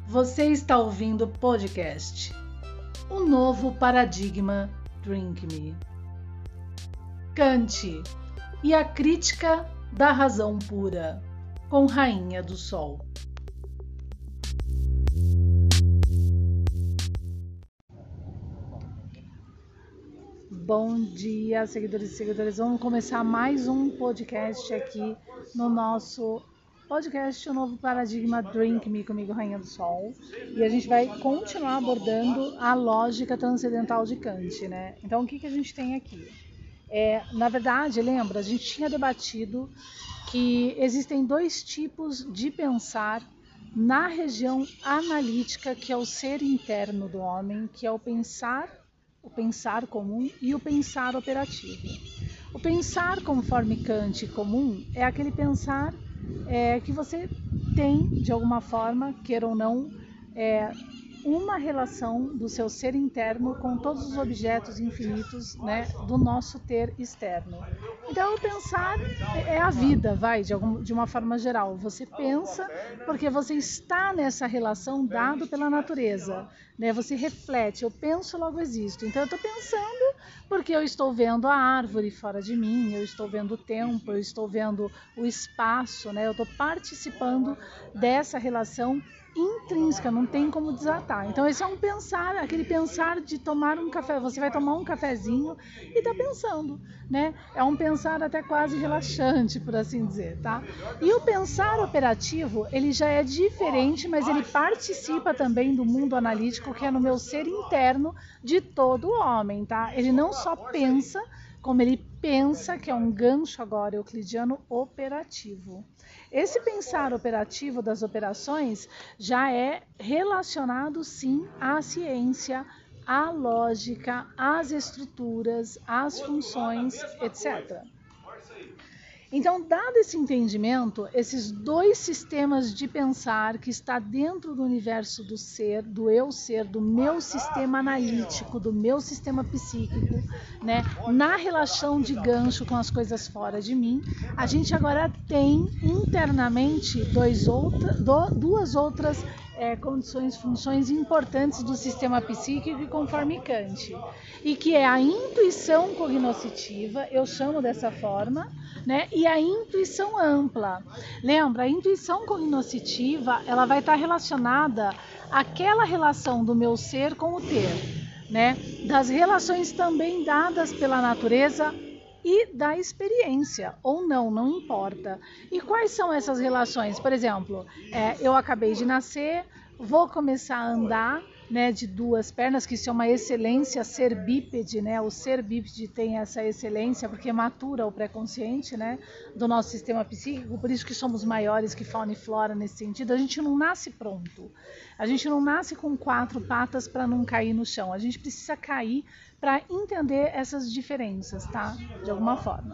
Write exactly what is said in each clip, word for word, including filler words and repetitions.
Você está ouvindo o podcast O Novo Paradigma Drink Me. Kant e a Crítica da Razão Pura, com Rainha do Sol. Bom dia, seguidores e seguidoras. Vamos começar mais um podcast aqui no nosso podcast O Novo Paradigma Drink Me, comigo, Rainha do Sol. E a gente vai continuar abordando a lógica transcendental de Kant, né? Então, o que, que a gente tem aqui? É, na verdade, lembra, a gente tinha debatido que existem dois tipos de pensar na região analítica, que é o ser interno do homem, que é o pensar o pensar comum e o pensar operativo. O pensar, conforme Kant, comum, é aquele pensar é, que você tem, de alguma forma, queira ou não, é, uma relação do seu ser interno com todos os objetos infinitos, né, do nosso ter externo. Então, o pensar é a vida, vai, de, algum, de uma forma geral. Você pensa porque você está nessa relação dado pela natureza, né? Você reflete, eu penso, logo existo. Então, eu estou pensando porque eu estou vendo a árvore fora de mim, eu estou vendo o tempo, eu estou vendo o espaço, né? Eu estou participando dessa relação intrínseca, não tem como desatar. Então esse é um pensar, aquele pensar de tomar um café, você vai tomar um cafezinho e tá pensando, né? É um pensar até quase relaxante, por assim dizer, tá? E o pensar operativo, ele já é diferente, mas ele participa também do mundo analítico, que é no meu ser interno de todo homem, tá? Ele não só pensa, como ele pensa, que é um gancho agora euclidiano operativo. Esse pensar operativo das operações já é relacionado, sim, à ciência, à lógica, às estruturas, às funções, etcétera. Então, dado esse entendimento, esses dois sistemas de pensar que está dentro do universo do ser, do eu ser, do meu sistema analítico, do meu sistema psíquico, né, na relação de gancho com as coisas fora de mim, a gente agora tem internamente dois outra, do, duas outras é, condições, funções importantes do sistema psíquico conforme Kant, e que é a intuição cognoscitiva, eu chamo dessa forma, né, e a intuição ampla. Lembra, a intuição cognoscitiva, ela vai estar relacionada àquela relação do meu ser com o ter, né, das relações também dadas pela natureza e da experiência, ou não, não importa. E quais são essas relações? Por exemplo, é, eu acabei de nascer, vou começar a andar, né, de duas pernas, que isso é uma excelência, ser bípede, né? O ser bípede tem essa excelência porque matura o pré-consciente, né, do nosso sistema psíquico, por isso que somos maiores que fauna e flora nesse sentido. A gente não nasce pronto, a gente não nasce com quatro patas para não cair no chão, a gente precisa cair para entender essas diferenças, tá? De alguma forma,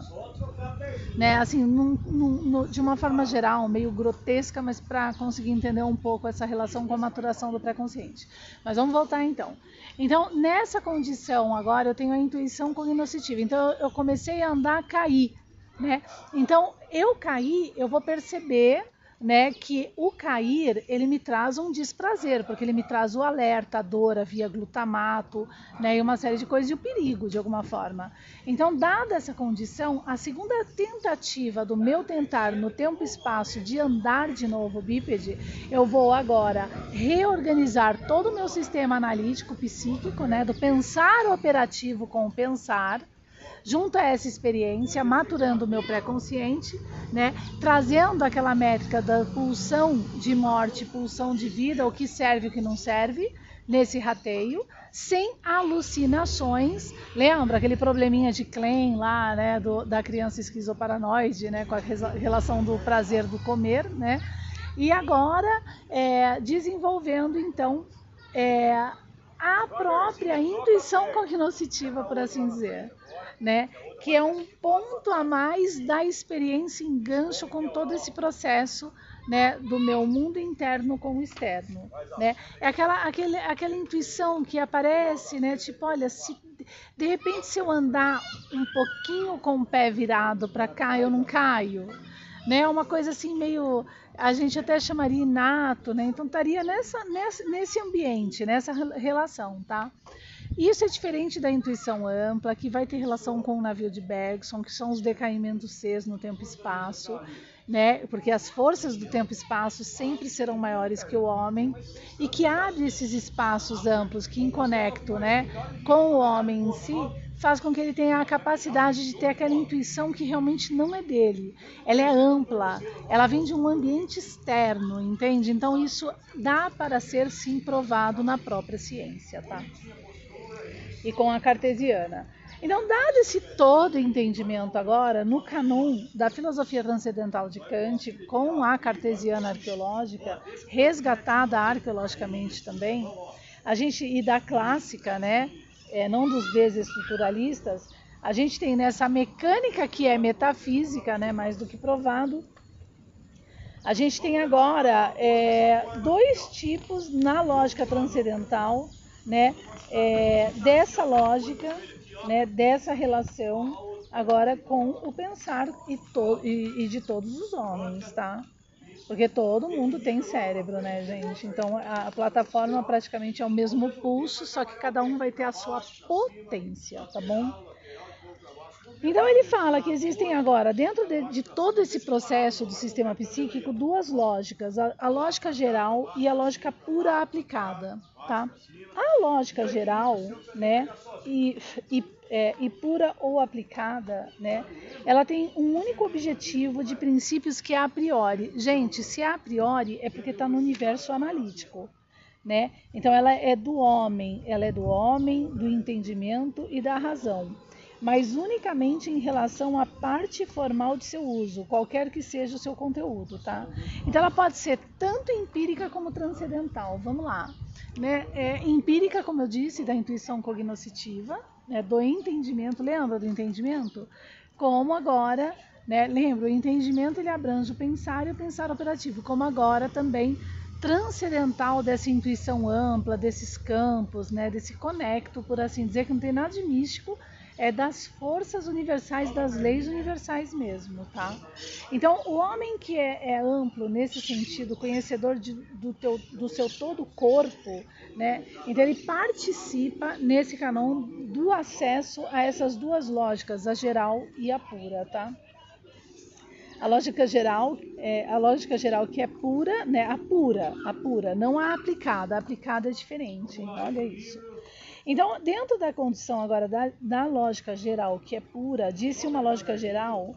né? Assim, num, num, de uma forma geral, meio grotesca, mas para conseguir entender um pouco essa relação com a maturação do pré-consciente. Mas vamos voltar então. Então, nessa condição agora, eu tenho a intuição cognoscitiva. Então, eu comecei a andar, cair, né? Então, eu cair, eu vou perceber, né, que o cair, ele me traz um desprazer, porque ele me traz o alerta, a dor, a via glutamato, né, e uma série de coisas, e o perigo, de alguma forma. Então, dada essa condição, a segunda tentativa do meu tentar no tempo e espaço de andar de novo bípede, eu vou agora reorganizar todo o meu sistema analítico, psíquico, né, do pensar operativo com o pensar, junto a essa experiência, maturando o meu pré-consciente, né, trazendo aquela métrica da pulsão de morte, pulsão de vida, o que serve e o que não serve, nesse rateio, sem alucinações. Lembra aquele probleminha de Klein lá, né, do, da criança esquizoparanoide, né, com a relação do prazer do comer, né, e agora é, desenvolvendo, então, é, a própria intuição cognoscitiva, por assim dizer, né? Que é um ponto a mais da experiência em gancho com todo esse processo, né, do meu mundo interno com o externo, né? É aquela, aquele, aquela intuição que aparece, né, tipo, olha, se de repente se eu andar um pouquinho com o pé virado para cá, eu não caio, né? Uma coisa assim meio a gente até chamaria inato, né? Então estaria nessa, nessa, nesse ambiente, nessa relação, tá? Isso é diferente da intuição ampla, que vai ter relação com o navio de Bergson, que são os decaimentos Cs no tempo e espaço, né? Porque as forças do tempo e espaço sempre serão maiores que o homem, e que abre esses espaços amplos que inconectam, né, com o homem em si, faz com que ele tenha a capacidade de ter aquela intuição que realmente não é dele. Ela é ampla, ela vem de um ambiente externo, entende? Então isso dá para ser sim provado na própria ciência, tá? E com a cartesiana. Então, dado esse todo entendimento agora, no canon da filosofia transcendental de Kant, com a cartesiana arqueológica, resgatada arqueologicamente também, a gente, e da clássica, né, é, não dos desestruturalistas, a gente tem nessa mecânica que é metafísica, né, mais do que provado, a gente tem agora é, dois tipos na lógica transcendental, né, é, dessa lógica, né, dessa relação agora com o pensar e, to, e, e de todos os homens, tá? Porque todo mundo tem cérebro, né, gente? Então a, a plataforma praticamente é o mesmo pulso, só que cada um vai ter a sua potência, tá bom? Então ele fala que existem agora, dentro de, de todo esse processo do sistema psíquico, duas lógicas, a, a lógica geral e a lógica pura aplicada, tá? A lógica geral, né, e, e, é, e pura ou aplicada, né, ela tem um único objetivo de princípios que é a priori. Gente, se é a priori é porque está no universo analítico, né? Então ela é do homem, ela é do homem, do entendimento e da razão, mas unicamente em relação à parte formal de seu uso, qualquer que seja o seu conteúdo, tá? Então ela pode ser tanto empírica como transcendental. Vamos lá, né? É, empírica, como eu disse, da intuição cognoscitiva, né? Do entendimento, lembra do entendimento? Como agora, né? Lembra, o entendimento ele abrange o pensar e o pensar operativo, como agora também transcendental dessa intuição ampla, desses campos, né? Desse conecto, por assim dizer, que não tem nada de místico, é das forças universais, das leis universais mesmo, tá? Então, o homem que é, é amplo nesse sentido, conhecedor de, do, teu, do seu todo corpo, né? Então ele participa nesse canon do acesso a essas duas lógicas, a geral e a pura, tá? A lógica geral, é, a lógica geral que é pura, né? A pura, a pura, não a aplicada. A aplicada é diferente, olha isso. Então, dentro da condição agora da, da lógica geral, que é pura, disse uma lógica geral,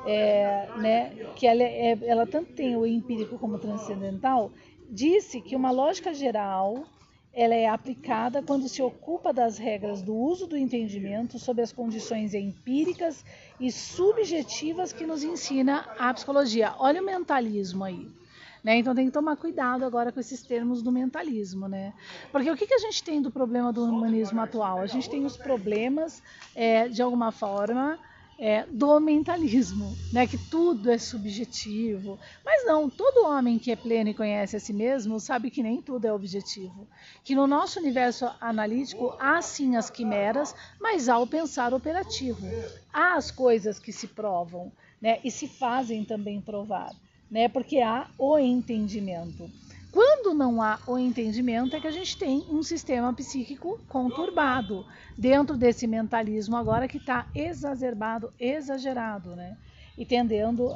é, né, que ela, é, ela tanto tem o empírico como o transcendental, disse que uma lógica geral ela é aplicada quando se ocupa das regras do uso do entendimento sob as condições empíricas e subjetivas que nos ensina a psicologia. Olha o mentalismo aí. Né? Então tem que tomar cuidado agora com esses termos do mentalismo, né? Porque o que, que a gente tem do problema do humanismo atual? A gente tem os problemas, é, de alguma forma, é, do mentalismo, né? Que tudo é subjetivo. Mas não, todo homem que é pleno e conhece a si mesmo sabe que nem tudo é objetivo. Que no nosso universo analítico há sim as quimeras, mas há o pensar operativo. Há as coisas que se provam, né? E se fazem também provar. Né, porque há o entendimento. Quando não há o entendimento é que a gente tem um sistema psíquico conturbado dentro desse mentalismo agora que está exacerbado, exagerado, né, e tendendo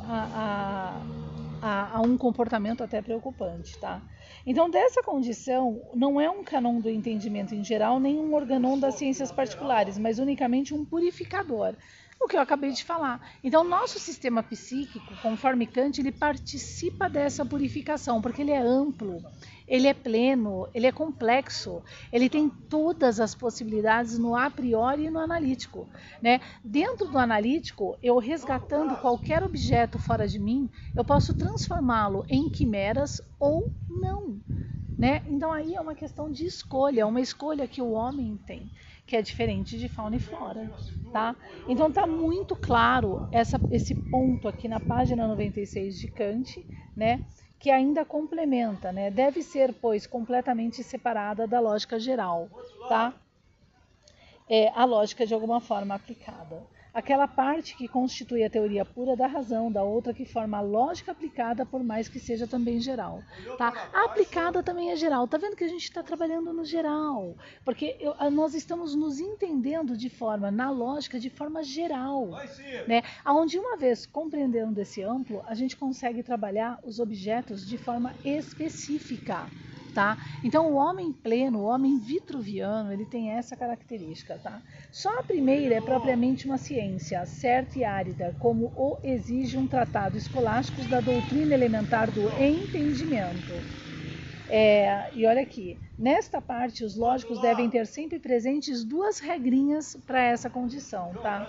a, a, a, a um comportamento até preocupante, tá? Então, dessa condição, não é um canon do entendimento em geral, nem um organon das ciências particulares, mas unicamente um purificador. O que eu acabei de falar. Então, nosso sistema psíquico, conforme Kant, ele participa dessa purificação, porque ele é amplo, ele é pleno, ele é complexo, ele tem todas as possibilidades no a priori e no analítico, né? Dentro do analítico, eu resgatando qualquer objeto fora de mim, eu posso transformá-lo em quimeras ou não, né? Então, aí é uma questão de escolha, é uma escolha que o homem tem, que é diferente de fauna e flora, tá? Então tá muito claro essa, esse ponto aqui na página noventa e seis de Kant, né? Que ainda complementa, né? Deve ser, pois, completamente separada da lógica geral, tá? É a lógica de alguma forma aplicada. aquela parte que constitui a teoria pura da razão, da outra que forma a lógica aplicada, por mais que seja também geral. Tá? A aplicada também é geral. Tá vendo que a gente está trabalhando no geral? Porque eu, nós estamos nos entendendo de forma, na lógica, de forma geral. Né? Onde uma vez compreendendo esse amplo, a gente consegue trabalhar os objetos de forma específica. Tá? Então o homem pleno, o homem vitruviano, ele tem essa característica. Tá? Só a primeira é propriamente uma ciência, certa e árida, como o exige um tratado escolástico da doutrina elementar do entendimento. É, e olha aqui, nesta parte os lógicos devem ter sempre presentes duas regrinhas para essa condição. Tá?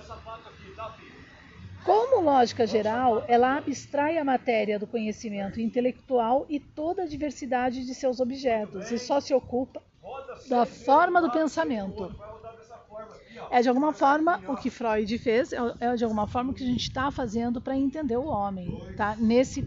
Como lógica geral, ela abstrai a matéria do conhecimento intelectual e toda a diversidade de seus objetos e só se ocupa da forma do pensamento. É de alguma forma o que Freud fez, é de alguma forma o que a gente está fazendo para entender o homem, tá? Nesse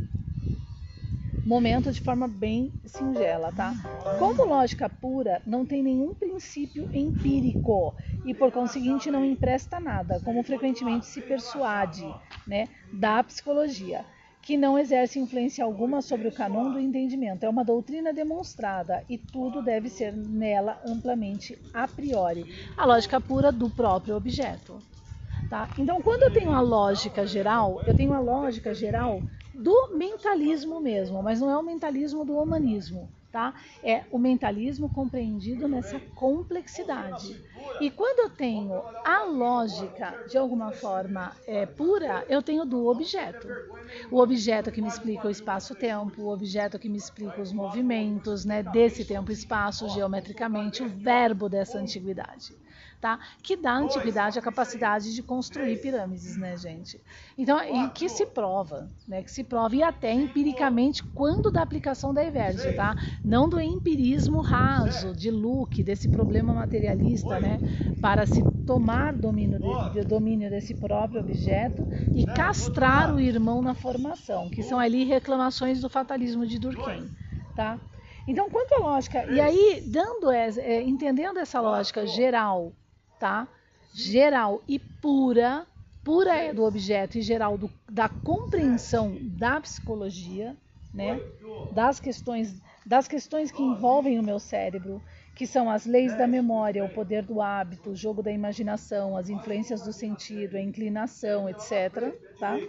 momento de forma bem singela, tá? Como lógica pura, não tem nenhum princípio empírico e, por conseguinte, não empresta nada, como frequentemente se persuade, né, da psicologia, que não exerce influência alguma sobre o canon do entendimento. É uma doutrina demonstrada e tudo deve ser nela amplamente a priori. A lógica pura do próprio objeto. Tá? Então, quando eu tenho a lógica geral, eu tenho a lógica geral do mentalismo mesmo, mas não é o mentalismo do humanismo, tá? É o mentalismo compreendido nessa complexidade. E quando eu tenho a lógica, de alguma forma, é, pura, eu tenho do objeto. O objeto que me explica o espaço-tempo, o objeto que me explica os movimentos, né, desse tempo e espaço geometricamente, o verbo dessa antiguidade. Tá? Que dá à antiguidade a capacidade de construir pirâmides, né, gente? Então, e que se prova, né? Que se prova, e até empiricamente, quando da aplicação da Everge, tá? Não do empirismo raso, de Luke, desse problema materialista, né? Para se tomar domínio, de, de, domínio desse próprio objeto e castrar o irmão na formação, que são ali reclamações do fatalismo de Durkheim, tá? Então, quanto à lógica, e aí, dando, é, entendendo essa lógica geral, tá? Geral e pura, pura é do objeto e geral do, da compreensão da psicologia, né? Das questões, das questões que envolvem o meu cérebro, que são as leis da memória, o poder do hábito, o jogo da imaginação, as influências do sentido, a inclinação, etcétera. Tá?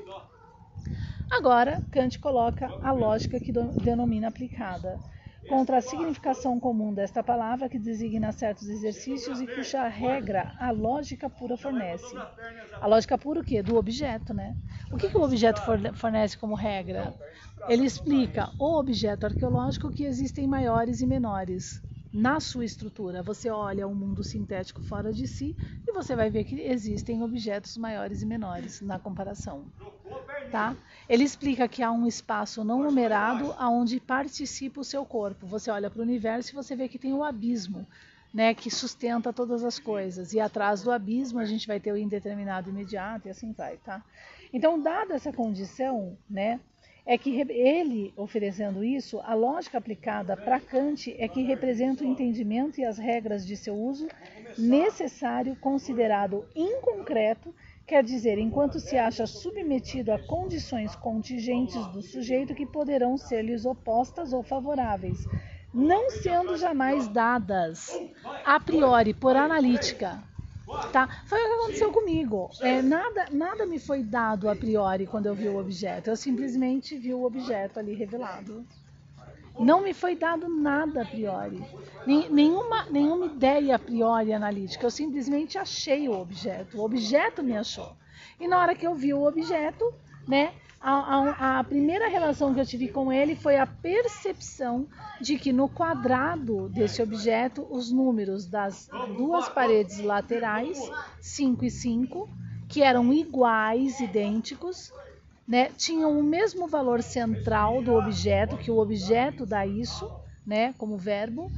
Agora, Kant coloca a lógica que do, denomina aplicada, contra a significação comum desta palavra, que designa certos exercícios e cuja regra a lógica pura fornece. A lógica pura o quê? Do objeto, né? O que, que o objeto fornece como regra? Ele explica o objeto arqueológico que existem maiores e menores na sua estrutura. Você olha o mundo sintético fora de si e você vai ver que existem objetos maiores e menores na comparação. Tá? Ele explica que há um espaço não numerado onde participa o seu corpo. Você olha para o universo e você vê que tem o abismo, né, que sustenta todas as coisas. E atrás do abismo a gente vai ter o indeterminado imediato e assim vai. Tá? Então, dada essa condição, né, é que ele, oferecendo isso, a lógica aplicada para Kant é que representa o entendimento e as regras de seu uso necessário, considerado inconcreto, quer dizer, enquanto se acha submetido a condições contingentes do sujeito que poderão ser-lhes opostas ou favoráveis, não sendo jamais dadas a priori por analítica. Tá? Foi o que aconteceu comigo. É, nada, nada me foi dado a priori quando eu vi o objeto. Eu simplesmente vi o objeto ali revelado. Não me foi dado nada a priori, nenhuma, nenhuma ideia a priori analítica, eu simplesmente achei o objeto, o objeto me achou. E na hora que eu vi o objeto, né, a, a, a primeira relação que eu tive com ele foi a percepção de que no quadrado desse objeto, os números das duas paredes laterais, cinco e cinco, que eram iguais, idênticos, né, tinham o mesmo valor central do objeto, que o objeto dá isso, né, como verbo,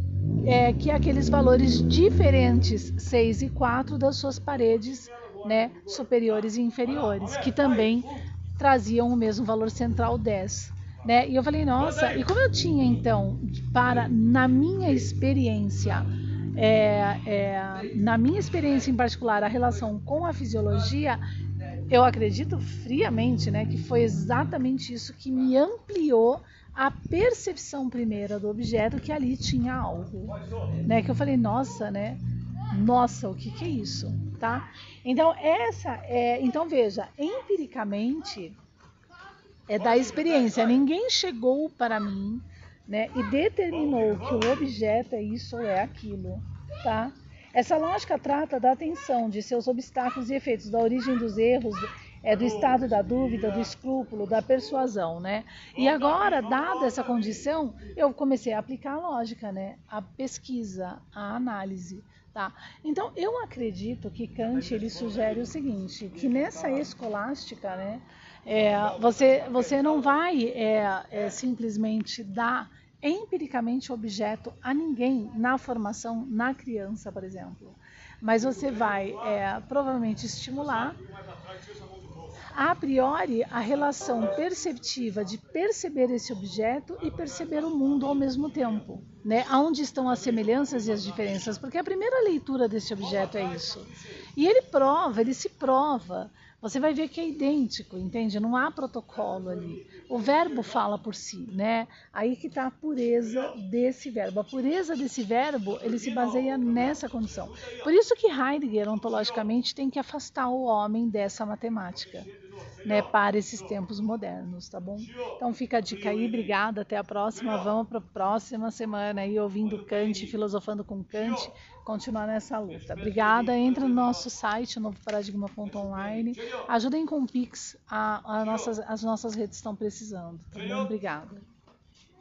é, que aqueles valores diferentes, seis e quatro, das suas paredes, né, superiores e inferiores, que também traziam o mesmo valor central, dez. Né? E eu falei, nossa, e como eu tinha então, para, na minha experiência, é, é, na minha experiência em particular, a relação com a fisiologia, eu acredito friamente, né, que foi exatamente isso que me ampliou a percepção primeira do objeto, que ali tinha algo, né, que eu falei, nossa, né, nossa, o que que é isso, tá? Então, essa é, então veja, empiricamente, é da experiência, ninguém chegou para mim, né, e determinou que o objeto é isso ou é aquilo, tá? Essa lógica trata da atenção, de seus obstáculos e efeitos, da origem dos erros, é, do estado da dúvida, do escrúpulo, da persuasão, né? E agora, dada essa condição, eu comecei a aplicar a lógica, né? A pesquisa, a análise, tá? Então, eu acredito que Kant, ele sugere o seguinte, que nessa escolástica, né, é, você, você não vai é, é, simplesmente dar empiricamente o objeto a ninguém na formação, na criança, por exemplo. Mas você vai é, provavelmente estimular a priori a relação perceptiva de perceber esse objeto e perceber o mundo ao mesmo tempo, né? Onde estão as semelhanças e as diferenças, porque a primeira leitura desse objeto é isso. E ele prova, ele se prova. Você vai ver que é idêntico, entende? Não há protocolo ali. O verbo fala por si, né? Aí que está a pureza desse verbo. A pureza desse verbo, ele se baseia nessa condição. Por isso que Heidegger, ontologicamente, tem que afastar o homem dessa matemática, né? Para esses tempos modernos, tá bom? Então fica a dica aí, obrigada, até a próxima. Vamos para a próxima semana aí, ouvindo Kant, filosofando com Kant, continuar nessa luta. Obrigada, entra no nosso site, novo paradigma ponto online. Ajudem com o Pix, a, a nossas, as nossas redes estão precisando, tá bom? Obrigada.